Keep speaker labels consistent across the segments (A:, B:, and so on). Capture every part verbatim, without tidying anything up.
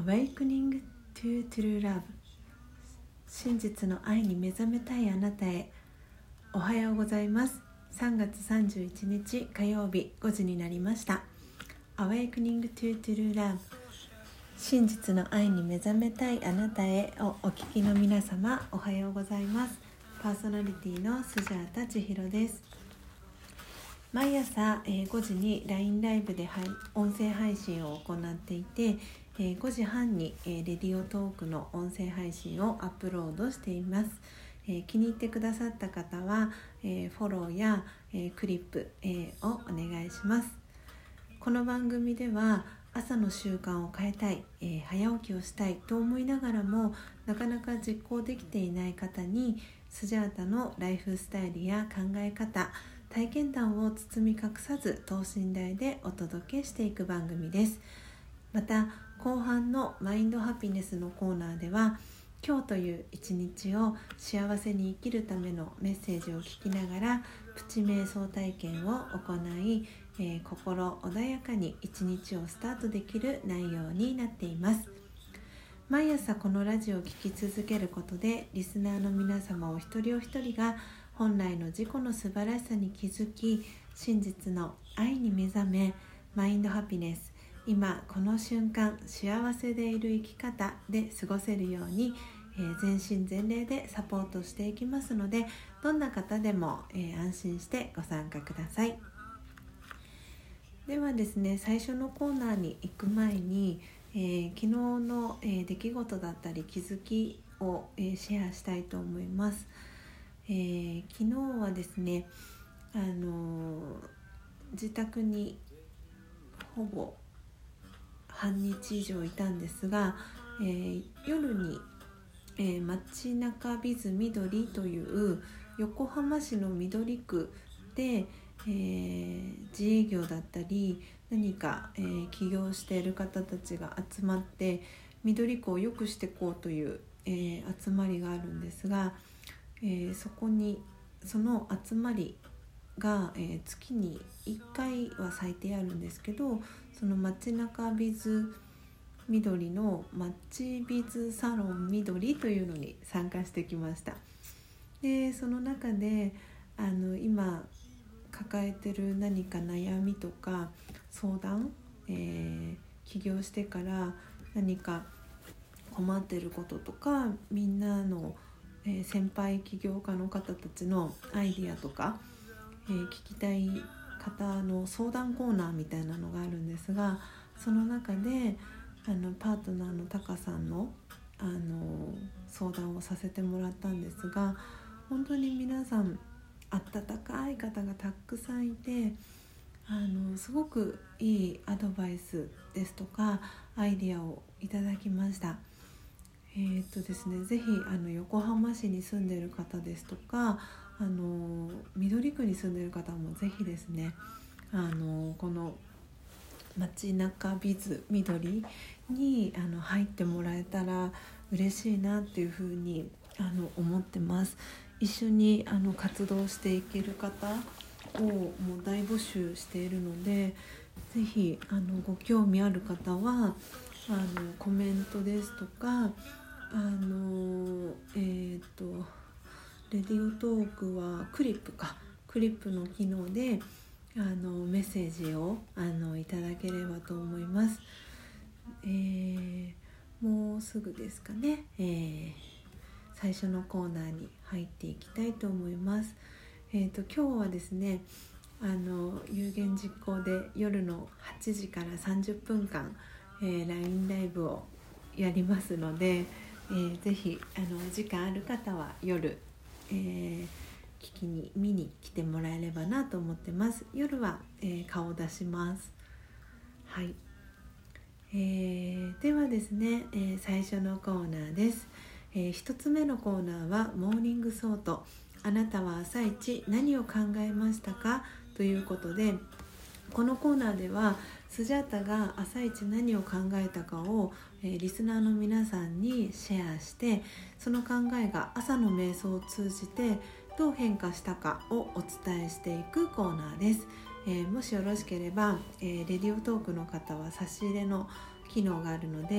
A: Awakening to True Love 真実の愛に目覚めたいあなたへ。おはようございます。さんがつさんじゅういちにち火曜日ごじになりました。 Awakening to True Love 真実の愛に目覚めたいあなたへをお聞きの皆様、おはようございます。パーソナリティのスジャータ千尋です。毎朝ごじに ライン ライブで音声配信を行っていて、ごじはんにレディオトークの音声配信をアップロードしています。気に入ってくださった方はフォローやクリップをお願いします。この番組では朝の習慣を変えたい、早起きをしたいと思いながらもなかなか実行できていない方にスジャータのライフスタイルや考え方、体験談を包み隠さず等身大でお届けしていく番組です。また後半のマインドハピネスのコーナーでは、今日という一日を幸せに生きるためのメッセージを聞きながらプチ瞑想体験を行い、えー、心穏やかに一日をスタートできる内容になっています。毎朝このラジオを聞き続けることで、リスナーの皆様お一人お一人が本来の自己の素晴らしさに気づき、真実の愛に目覚め、マインドハピネス、今この瞬間幸せでいる生き方で過ごせるように、えー、全身全霊でサポートしていきますので、どんな方でも、えー、安心してご参加ください。ではですね、最初のコーナーに行く前に、えー、昨日の、えー、出来事だったり気づきを、えー、シェアしたいと思います。えー、昨日はですね、あのー、自宅にほぼ半日以上いたんですが、えー、夜に、えー、街中ビズ緑という横浜市の緑区で、えー、自営業だったり何か、えー、起業している方たちが集まって緑区を良くしていこうという、えー、集まりがあるんですが、えー、そこにその集まりが、えー、月にいっかいは最低あるんですけど、その街中ビズ緑の街ビズサロン緑というのに参加してきました。でその中であの今抱えてる何か悩みとか相談、えー、起業してから何か困ってることとか、みんなの、えー、先輩起業家の方たちのアイディアとか、えー、聞きたい方の相談コーナーみたいなのがあるんですが、その中であのパートナーのタカさんの、あの相談をさせてもらったんですが、本当に皆さん温かい方がたくさんいて、あのすごくいいアドバイスですとかアイディアをいただきました。えーっとですね、ぜひあの横浜市に住んでいる方ですとか、あの緑区に住んでいる方もぜひですね、あのこの街中ビズ緑にあの入ってもらえたら嬉しいなっていうふうにあの思ってます。一緒にあの活動していける方をもう大募集しているので、ぜひあのご興味ある方はあのコメントですとか、あのえっとレディオトークはクリップかクリップの機能であのメッセージをあのいただければと思います。えー、もうすぐですかね、えー、最初のコーナーに入っていきたいと思います。えーと、今日はですね、あの有言実行で夜のはちじからさんじゅっぷんかん、えー、ライン ライブをやりますので、えー、ぜひあの時間ある方は夜、えー、聞きに見に来てもらえればなと思ってます。夜は、えー、顔を出します。はい、えー、ではですね、えー、最初のコーナーです。えー、一つ目のコーナーはモーニングソート。あなたは朝一何を考えましたかということで、このコーナーではスジャータが朝一何を考えたかを、えー、リスナーの皆さんにシェアして、その考えが朝の瞑想を通じてどう変化したかをお伝えしていくコーナーです。えー、もしよろしければ、えー、レディオトークの方は差し入れの機能があるので、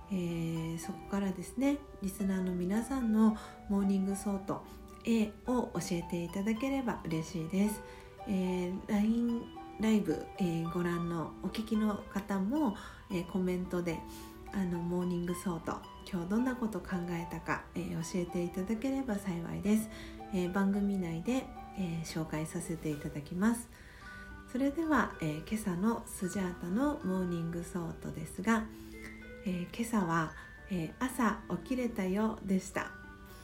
A: えー、そこからですね、リスナーの皆さんのモーニングソート A を教えていただければ嬉しいです。えー、ライン ライブ、えー、ご覧のお聞きの方も、えー、コメントであのモーニングソート今日どんなこと考えたか、えー、教えていただければ幸いです。えー、番組内で、えー、紹介させていただきます。それでは、えー、今朝のスジャータのモーニングソートですが、えー、今朝は、えー、朝起きれたよでした。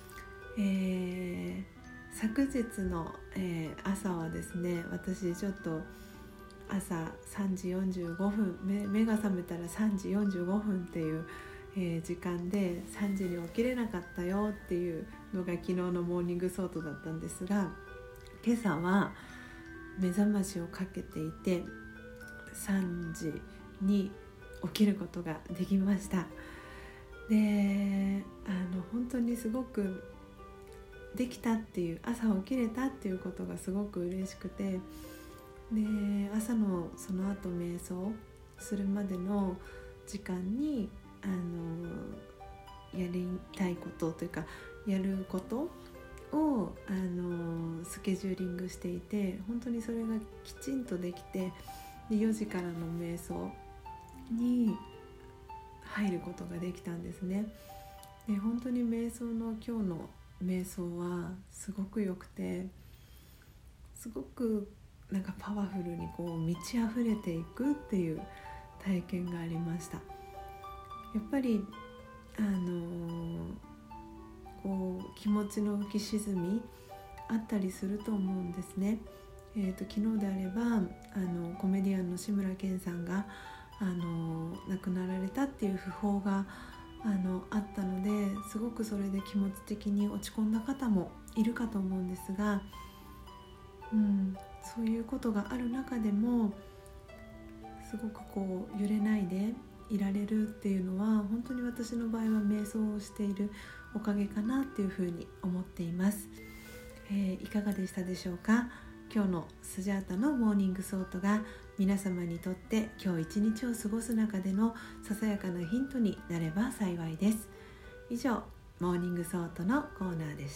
A: えー、昨日の、えー、朝はですね、私ちょっと朝さんじよんじゅうごふん 目, 目が覚めたらさんじよんじゅうごふんっていう、えー、時間でさんじに起きれなかったよっていうのが昨日のモーニングソートだったんですが、今朝は目覚ましをかけていてさんじに起きることができました。で、あの本当にすごくできたっていう、朝起きれたっていうことがすごく嬉しくて、で朝のその後瞑想するまでの時間にあのやりたいことというかやることをあのスケジューリングしていて、本当にそれがきちんとできて、でよじからの瞑想に入ることができたんですね。で本当に瞑想の今日の瞑想はすごく良くて、すごくなんかパワフルにこう満ち溢れていくっていう体験がありました。やっぱりあのこう気持ちの浮き沈みあったりすると思うんですね。えーと、昨日であればあのコメディアンの志村けんさんがあの亡くなられたっていう訃報があのあったので、すごくそれで気持ち的に落ち込んだ方もいるかと思うんですが、うん、そういうことがある中でもすごくこう揺れないでいられるっていうのは、本当に私の場合は瞑想をしているおかげかなっていうふうに思っています。えー、いかがでしたでしょうか。今日のスジャータのモーニングソートが皆様にとって今日一日を過ごす中でのささやかなヒントになれば幸いです。以上、モーニングソートのコーナーでした。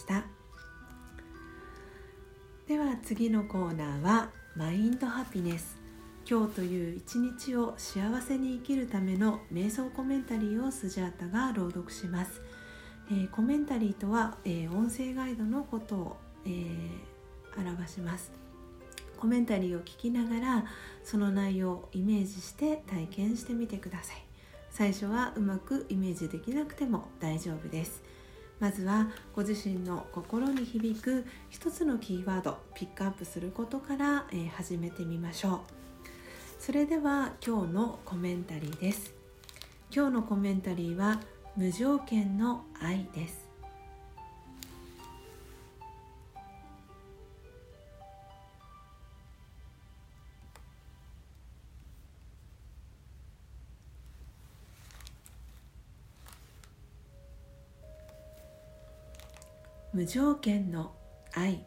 A: では次のコーナーはマインドハピネス。今日という一日を幸せに生きるための瞑想コメンタリーをスジャータが朗読します。えー、コメンタリーとは、えー、音声ガイドのことを、えー、表します。コメンタリーを聞きながらその内容をイメージして体験してみてください。最初はうまくイメージできなくても大丈夫です。まずはご自身の心に響く一つのキーワードピックアップすることから、えー、始めてみましょう。それでは今日のコメンタリーです。今日のコメンタリーは無条件の愛です。無条件の愛。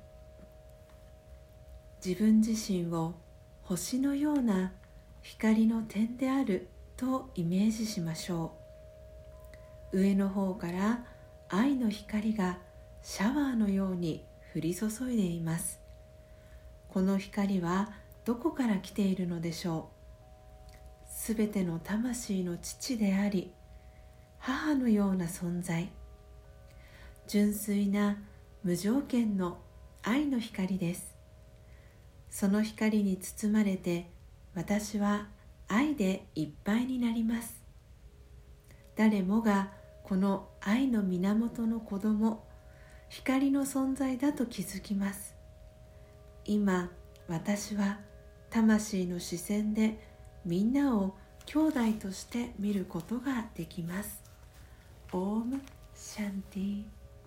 A: 自分自身を星のような光の点であるとイメージしましょう。上の方から愛の光がシャワーのように降り注いでいます。この光はどこから来ているのでしょう。すべての魂の父であり、母のような存在。純粋な無条件の愛の光です。その光に包まれて私は愛でいっぱいになります。誰もがこの愛の源の子供、光の存在だと気づきます。今私は魂の視線でみんなを兄弟として見ることができます。オームシャンティ。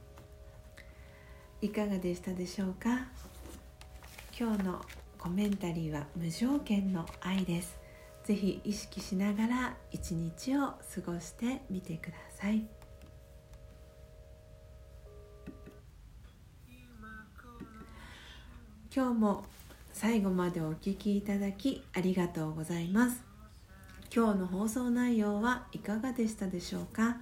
A: いかがでしたでしょうか。今日のコメンタリーは無条件の愛です。ぜひ意識しながら一日を過ごしてみてください。今日も最後までお聞きいただきありがとうございます。 今日の放送内容はいかがでしたでしょうか。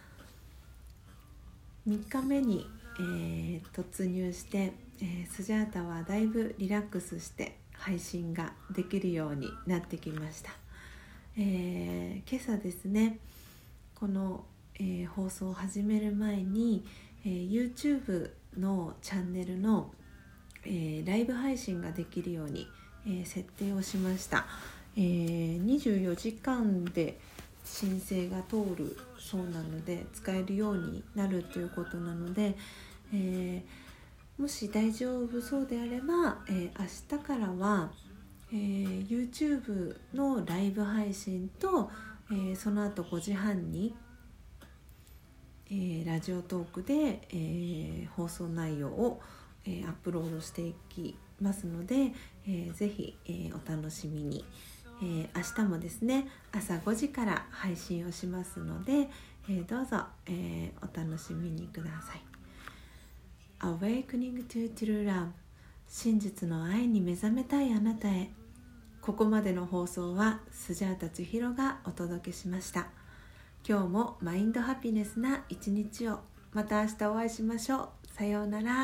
A: みっかめに、えー、突入して、えー、スジャータはだいぶリラックスして配信ができるようになってきました。えー、今朝ですね、この、えー、放送を始める前に、えー、YouTube のチャンネルの、えー、ライブ配信ができるように、えー、設定をしました。えー、にじゅうよじかんで申請が通るそうなので使えるようになるということなので、えー、もし大丈夫そうであれば、えー、明日からは、えー、YouTube のライブ配信と、えー、その後ごじはんに、えー、ラジオトークで、えー、放送内容を、えー、アップロードしていきますので、えー、ぜひ、えー、お楽しみに。えー、明日もですね朝ごじから配信をしますので、えー、どうぞ、えー、お楽しみにください。 Awakening to True Love 真実の愛に目覚めたいあなたへ。ここまでの放送はスジャータ千尋がお届けしました。今日もマインドハピネスな一日を。また明日お会いしましょう。さようなら。